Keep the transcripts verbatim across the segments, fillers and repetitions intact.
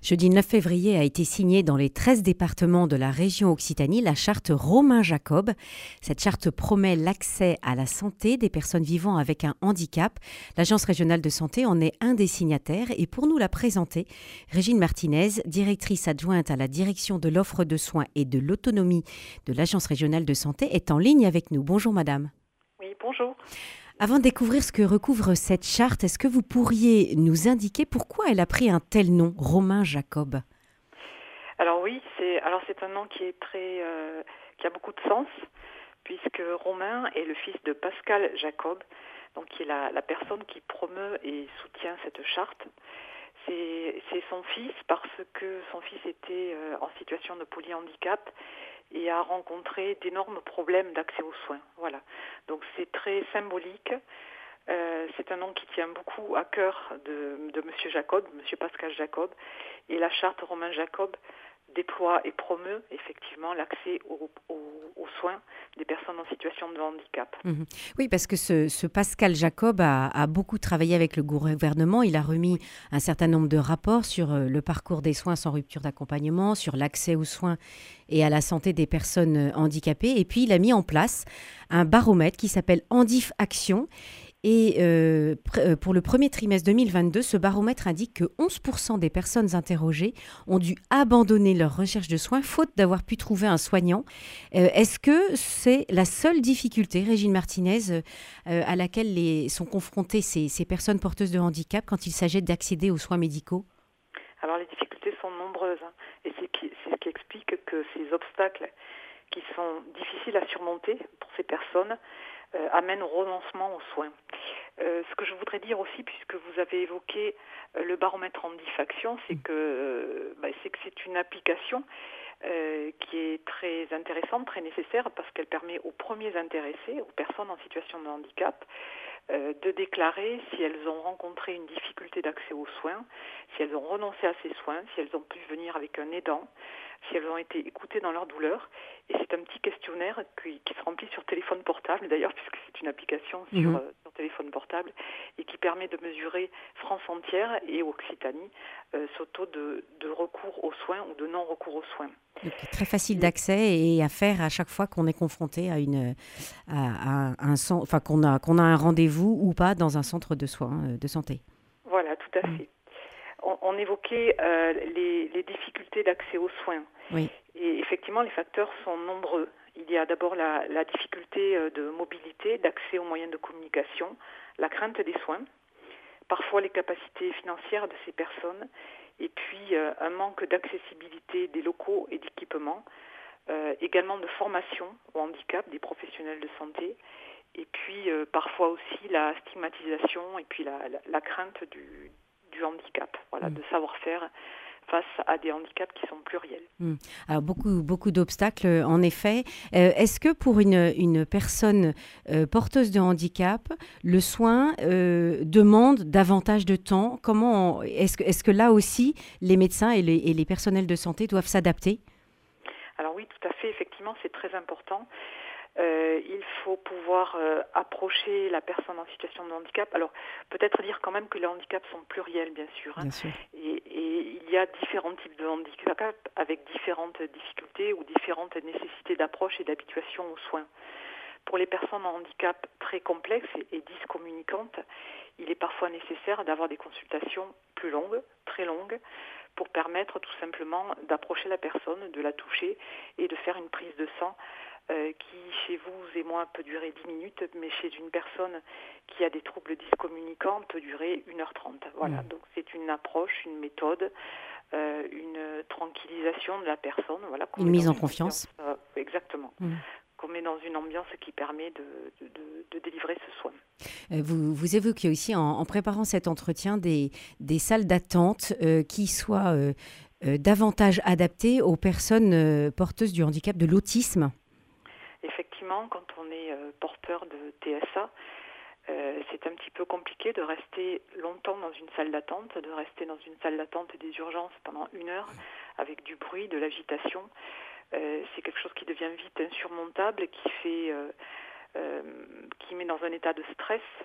Jeudi neuf février a été signée dans les treize départements de la région Occitanie la charte Romain Jacob. Cette charte promet l'accès à la santé des personnes vivant avec un handicap. L'Agence régionale de santé en est un des signataires et pour nous la présenter, Régine Martinez, directrice adjointe à la direction de l'offre de soins et de l'autonomie de l'Agence régionale de santé, est en ligne avec nous. Bonjour madame. Oui, bonjour. Avant de découvrir ce que recouvre cette charte, est-ce que vous pourriez nous indiquer pourquoi elle a pris un tel nom, Romain Jacob ? Alors oui, c'est alors c'est un nom qui est très euh, qui a beaucoup de sens, puisque Romain est le fils de Pascal Jacob, donc qui est la, la personne qui promeut et soutient cette charte. C'est, c'est son fils parce que son fils était euh, en situation de polyhandicap et a rencontré d'énormes problèmes d'accès aux soins. Voilà. Donc c'est très symbolique. Euh, c'est un nom qui tient beaucoup à cœur de, de Monsieur Jacob, Monsieur Pascal Jacob, et la charte Romain Jacob déploie et promeut effectivement l'accès aux, aux, aux soins des personnes en situation de handicap. Mmh. Oui, parce que ce, ce Pascal Jacob a, a beaucoup travaillé avec le gouvernement. Il a remis un certain nombre de rapports sur le parcours des soins sans rupture d'accompagnement, sur l'accès aux soins et à la santé des personnes handicapées. Et puis, il a mis en place un baromètre qui s'appelle Handif Action. Et euh, pour le premier trimestre deux mille vingt-deux, ce baromètre indique que onze pour cent des personnes interrogées ont dû abandonner leur recherche de soins faute d'avoir pu trouver un soignant. Euh, est-ce que c'est la seule difficulté, Régine Martinez, euh, à laquelle les, sont confrontées ces, ces personnes porteuses de handicap quand il s'agit d'accéder aux soins médicaux ? Alors les difficultés sont nombreuses, hein, et c'est, qui, c'est ce qui explique que ces obstacles qui sont difficiles à surmonter pour ces personnes Euh, amène au renoncement aux soins. Euh, ce que je voudrais dire aussi, puisque vous avez évoqué euh, le baromètre Handif Action, c'est que, euh, bah, c'est que c'est une application euh, qui est très intéressante, très nécessaire, parce qu'elle permet aux premiers intéressés, aux personnes en situation de handicap, euh, de déclarer si elles ont rencontré une difficulté d'accès aux soins, si elles ont renoncé à ces soins, si elles ont pu venir avec un aidant, si elles ont été écoutées dans leur douleur. Et c'est un petit questionnaire qui, qui se remplit sur téléphone portable, d'ailleurs, puisque c'est une application sur, Mmh. euh, sur téléphone portable, et qui permet de mesurer France entière et Occitanie euh, ce taux de, de recours aux soins ou de non-recours aux soins. Donc, très facile Et, d'accès et à faire à chaque fois qu'on est confronté à une, à, à un, enfin qu'on a, qu'on a un rendez-vous ou pas dans un centre de soins de santé. Voilà, tout à Mmh. fait. On, on évoquait euh, les, les difficultés d'accès aux soins. Oui. Et effectivement, les facteurs sont nombreux. Il y a d'abord la, la difficulté de mobilité, d'accès aux moyens de communication, la crainte des soins, parfois les capacités financières de ces personnes, et puis euh, un manque d'accessibilité des locaux et d'équipements, euh, également de formation au handicap des professionnels de santé, et puis euh, parfois aussi la stigmatisation et puis la, la, la crainte du, du handicap, voilà, mmh. de savoir-faire face à des handicaps qui sont pluriels. Mmh. Alors beaucoup, beaucoup d'obstacles, en effet. Euh, est-ce que pour une, une personne euh, porteuse de handicap, le soin euh, demande davantage de temps ? Comment on, est-ce que, est-ce que là aussi, les médecins et les, et les personnels de santé doivent s'adapter ? Alors oui, tout à fait. Effectivement, c'est très important. Euh, il faut pouvoir euh, approcher la personne en situation de handicap. Alors, peut-être dire quand même que les handicaps sont pluriels, bien sûr. Hein. Bien sûr. Et, et il y a différents types de handicap avec différentes difficultés ou différentes nécessités d'approche et d'habituation aux soins. Pour les personnes en handicap très complexes et, et dyscommunicantes, il est parfois nécessaire d'avoir des consultations plus longues, très longues, pour permettre tout simplement d'approcher la personne, de la toucher et de faire une prise de sang Euh, qui, chez vous et moi, peut durer dix minutes, mais chez une personne qui a des troubles dyscommunicants, peut durer une heure trente. Voilà, mmh. Donc c'est une approche, une méthode, euh, une tranquillisation de la personne. Voilà, une mise en une confiance. Ambiance, euh, exactement. Mmh. Qu'on met dans une ambiance qui permet de, de, de, de délivrer ce soin. Euh, vous, vous évoquez aussi, en, en préparant cet entretien, des, des salles d'attente euh, qui soient euh, euh, davantage adaptées aux personnes euh, porteuses du handicap, de l'autisme. Effectivement, quand on est euh, porteur de T S A, euh, c'est un petit peu compliqué de rester longtemps dans une salle d'attente, de rester dans une salle d'attente des urgences pendant une heure avec du bruit, de l'agitation. Euh, c'est quelque chose qui devient vite insurmontable, qui fait, euh, euh, qui met dans un état de stress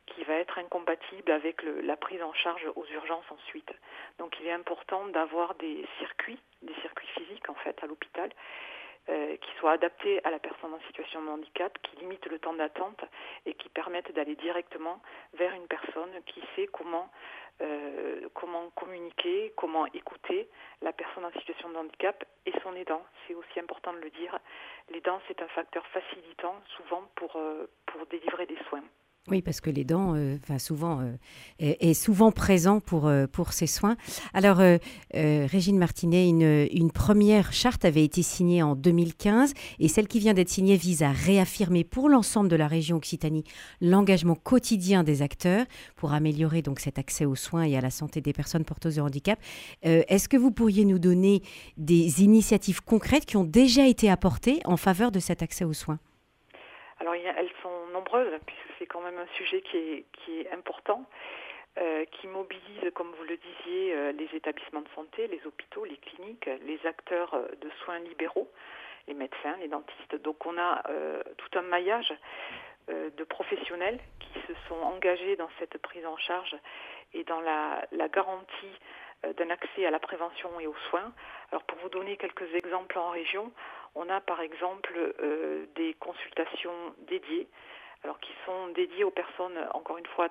qui va être incompatible avec le, la prise en charge aux urgences ensuite. Donc il est important d'avoir des circuits, des circuits physiques en fait à l'hôpital, euh, qui soient adaptés à la personne en situation de handicap, qui limitent le temps d'attente et qui permettent d'aller directement vers une personne qui sait comment, euh, comment communiquer, comment écouter la personne en situation de handicap et son aidant. C'est aussi important de le dire. L'aidant, c'est un facteur facilitant souvent pour, euh, pour délivrer des soins. Oui, parce que l'aidant, euh, enfin souvent, euh, est, est souvent présent pour, euh, pour ces soins. Alors, euh, euh, Régine Martinet, une, une première charte avait été signée en deux mille quinze et celle qui vient d'être signée vise à réaffirmer pour l'ensemble de la région Occitanie l'engagement quotidien des acteurs pour améliorer donc cet accès aux soins et à la santé des personnes porteuses de handicap. Euh, est-ce que vous pourriez nous donner des initiatives concrètes qui ont déjà été apportées en faveur de cet accès aux soins ? Alors, il y a, elles sont nombreuses, puisque c'est quand même un sujet qui est, qui est important, euh, qui mobilise, comme vous le disiez, euh, les établissements de santé, les hôpitaux, les cliniques, les acteurs de soins libéraux, les médecins, les dentistes. Donc, on a euh, tout un maillage euh, de professionnels qui se sont engagés dans cette prise en charge et dans la, la garantie euh, d'un accès à la prévention et aux soins. Alors, pour vous donner quelques exemples en région, on a par exemple euh, des consultations dédiées, alors qui sont dédiées aux personnes, encore une fois,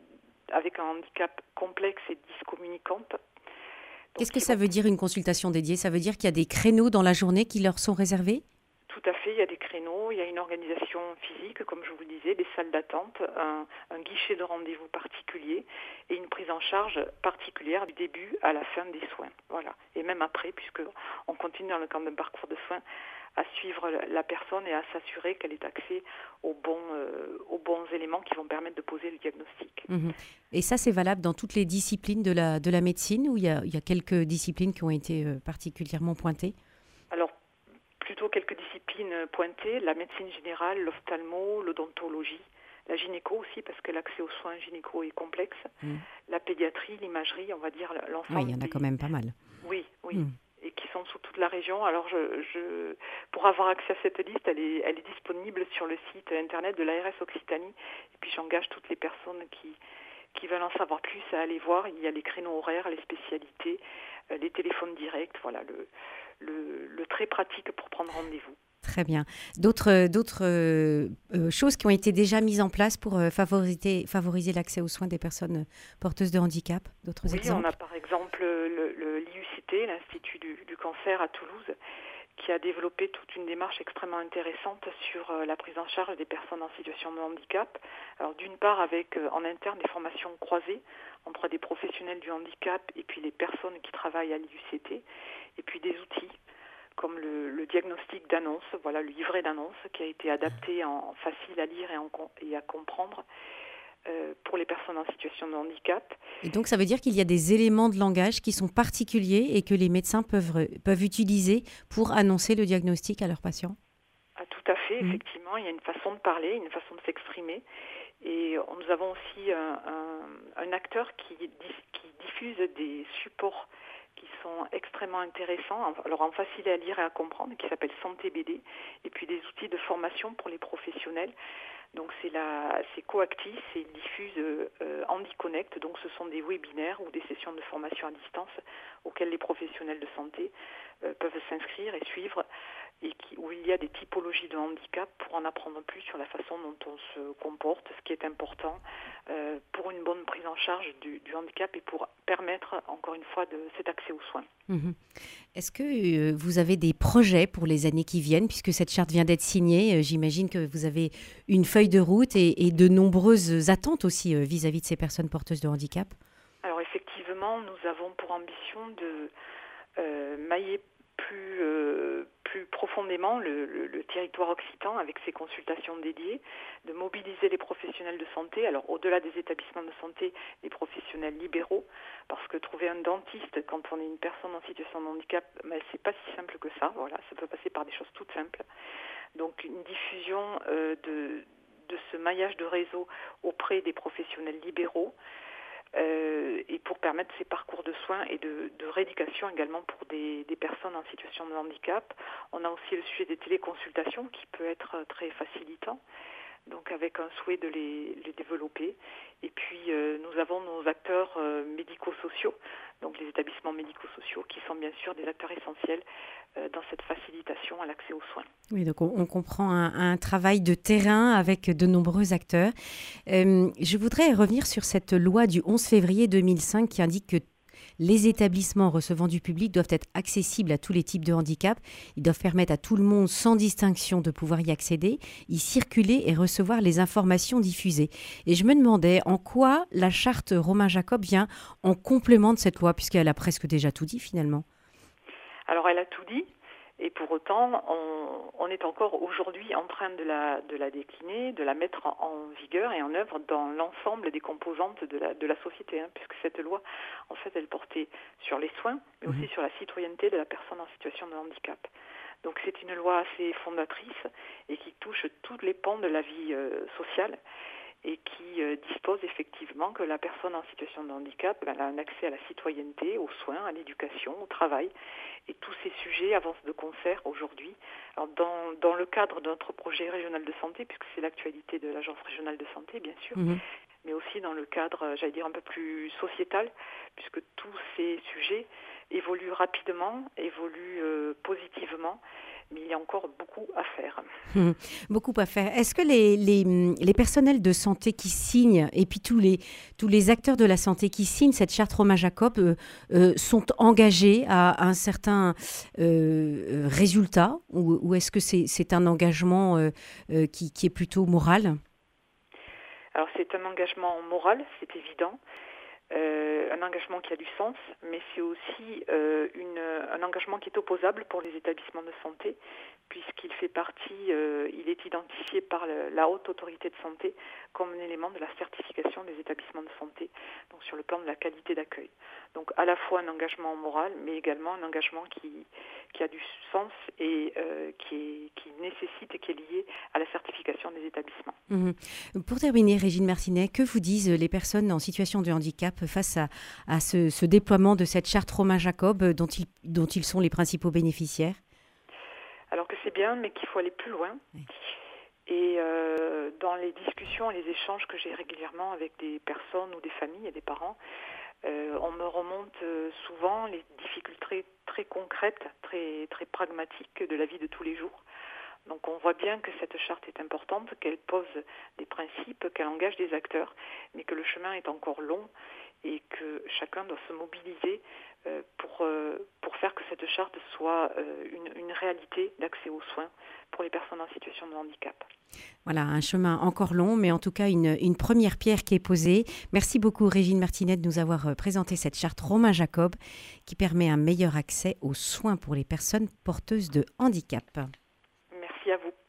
avec un handicap complexe et dyscommunicante. Donc, qu'est-ce que ça veut dire une consultation dédiée ? Ça veut dire qu'il y a des créneaux dans la journée qui leur sont réservés ? Tout à fait, il y a des créneaux, il y a une organisation physique, comme je vous le disais, des salles d'attente, un, un guichet de rendez-vous particulier et une prise en charge particulière du début à la fin des soins. Voilà. Et même après, puisqu'on continue dans le cadre d'un parcours de soins à suivre la personne et à s'assurer qu'elle ait accès aux bons, euh, aux bons éléments qui vont permettre de poser le diagnostic. Mmh. Et ça, c'est valable dans toutes les disciplines de la, de la médecine ou il y a, il y a quelques disciplines qui ont été euh, particulièrement pointées ? Alors, plutôt quelques disciplines pointées, la médecine générale, l'ophtalmo, l'odontologie, la gynéco aussi, parce que l'accès aux soins gynéco est complexe, mmh. la pédiatrie, l'imagerie, on va dire l'ensemble. Oui, il y en a des... quand même pas mal. Oui, oui. Mmh. Et qui sont sous toute la région. Alors, je, je, pour avoir accès à cette liste, elle est, elle est disponible sur le site internet de l'A R S Occitanie. Et puis, j'engage toutes les personnes qui, qui veulent en savoir plus à aller voir. Il y a les créneaux horaires, les spécialités, euh, les téléphones directs, voilà, le, le, le très pratique pour prendre rendez-vous. Très bien. D'autres, d'autres euh, euh, choses qui ont été déjà mises en place pour euh, favoriser, favoriser l'accès aux soins des personnes porteuses de handicap? D'autres oui, exemples? On a par exemple le, le, l'I U C T, l'Institut du, du cancer à Toulouse, qui a développé toute une démarche extrêmement intéressante sur euh, la prise en charge des personnes en situation de handicap. Alors d'une part avec euh, en interne des formations croisées entre des professionnels du handicap et puis les personnes qui travaillent à l'I U C T, et puis des outils comme le, le diagnostic d'annonce, voilà le livret d'annonce qui a été adapté en facile à lire et, en, et à comprendre euh, pour les personnes en situation de handicap. Et donc ça veut dire qu'il y a des éléments de langage qui sont particuliers et que les médecins peuvent, peuvent utiliser pour annoncer le diagnostic à leurs patients? Ah, tout à fait, mmh. Effectivement, il y a une façon de parler, une façon de s'exprimer. Et nous avons aussi un, un, un acteur qui, qui diffuse des supports qui sont extrêmement intéressants, alors en facile à lire et à comprendre, qui s'appelle Santé B D, et puis des outils de formation pour les professionnels. Donc c'est, la, c'est Coactis et il diffuse euh, HandiConnect, donc ce sont des webinaires ou des sessions de formation à distance auxquelles les professionnels de santé euh, peuvent s'inscrire et suivre, et qui, où il y a des typologies de handicap pour en apprendre plus sur la façon dont on se comporte, ce qui est important euh, pour une bonne prise en charge du, du handicap et pour permettre, encore une fois, de cet accès aux soins. Mmh. Est-ce que euh, vous avez des projets pour les années qui viennent, puisque cette charte vient d'être signée? euh, J'imagine que vous avez une feuille de route et, et de nombreuses attentes aussi euh, vis-à-vis de ces personnes porteuses de handicap. Alors effectivement, nous avons pour ambition de euh, mailler plus, euh, plus profondément le, le, le territoire occitan avec ses consultations dédiées, de mobiliser les professionnels de santé, alors au-delà des établissements de santé, les professionnels libéraux, parce que trouver un dentiste quand on est une personne en situation de handicap, ben, c'est pas si simple que ça, voilà, ça peut passer par des choses toutes simples. Donc une diffusion euh, de, de ce maillage de réseau auprès des professionnels libéraux, Euh, et pour permettre ces parcours de soins et de, de rééducation également pour des, des personnes en situation de handicap. On a aussi le sujet des téléconsultations qui peut être très facilitant. donc avec un souhait de les, les développer. Et puis euh, nous avons nos acteurs euh, médico-sociaux, donc les établissements médico-sociaux qui sont bien sûr des acteurs essentiels euh, dans cette facilitation à l'accès aux soins. Oui, donc on, on comprend un, un travail de terrain avec de nombreux acteurs. Euh, je voudrais revenir sur cette loi du onze février deux mille cinq qui indique que les établissements recevant du public doivent être accessibles à tous les types de handicap. Ils doivent permettre à tout le monde, sans distinction, de pouvoir y accéder, y circuler et recevoir les informations diffusées. Et je me demandais en quoi la charte Romain Jacob vient en complément de cette loi, puisqu'elle a presque déjà tout dit finalement. Alors elle a tout dit. Et pour autant, on, on est encore aujourd'hui en train de la, de la décliner, de la mettre en, en vigueur et en œuvre dans l'ensemble des composantes de la, de la société, hein, puisque cette loi, en fait, elle portait sur les soins, mais aussi sur la citoyenneté de la personne en situation de handicap. Donc c'est une loi assez fondatrice et qui touche tous les pans de la vie euh, sociale et qui euh, dispose effectivement que la personne en situation de handicap elle a un accès à la citoyenneté, aux soins, à l'éducation, au travail. Et tous ces sujets avancent de concert aujourd'hui. Alors dans, dans le cadre de notre projet régional de santé, puisque c'est l'actualité de l'Agence régionale de santé, bien sûr, mmh. mais aussi dans le cadre, j'allais dire, un peu plus sociétal, puisque tous ces sujets évoluent rapidement, évoluent euh, positivement, mais il y a encore beaucoup à faire. Mmh. Beaucoup à faire. Est-ce que les, les, les personnels de santé qui signent, et puis tous les, tous les acteurs de la santé qui signent cette charte Romain Jacob euh, euh, sont engagés à un certain euh, résultat, ou, ou est-ce que c'est, c'est un engagement euh, euh, qui, qui est plutôt moral ? Alors c'est un engagement moral, c'est évident. Euh, un engagement qui a du sens, mais c'est aussi euh, une, un engagement qui est opposable pour les établissements de santé, puisqu'il fait partie, euh, il est identifié par le, la haute autorité de santé comme un élément de la certification des établissements de santé, donc sur le plan de la qualité d'accueil. Donc à la fois un engagement moral, mais également un engagement qui, qui a du sens et euh, qui, est, qui nécessite et qui est lié à la certification des établissements. Mmh. Pour terminer, Régine Martinet, que vous disent les personnes en situation de handicap face à, à ce, ce déploiement de cette charte Romain Jacob dont ils, dont ils sont les principaux bénéficiaires ? Alors que c'est bien, mais qu'il faut aller plus loin. Oui. Et euh, dans les discussions et les échanges que j'ai régulièrement avec des personnes ou des familles et des parents, euh, on me remonte euh, souvent les difficultés très, très concrètes, très, très pragmatiques de la vie de tous les jours. Donc on voit bien que cette charte est importante, qu'elle pose des principes, qu'elle engage des acteurs, mais que le chemin est encore long et que chacun doit se mobiliser euh, pour, euh, pour faire que cette charte soit euh, une, une réalité d'accès aux soins pour les personnes en situation de handicap. Voilà, un chemin encore long, mais en tout cas une, une première pierre qui est posée. Merci beaucoup Régine Martinet de nous avoir présenté cette charte Romain Jacob qui permet un meilleur accès aux soins pour les personnes porteuses de handicap. Merci à vous.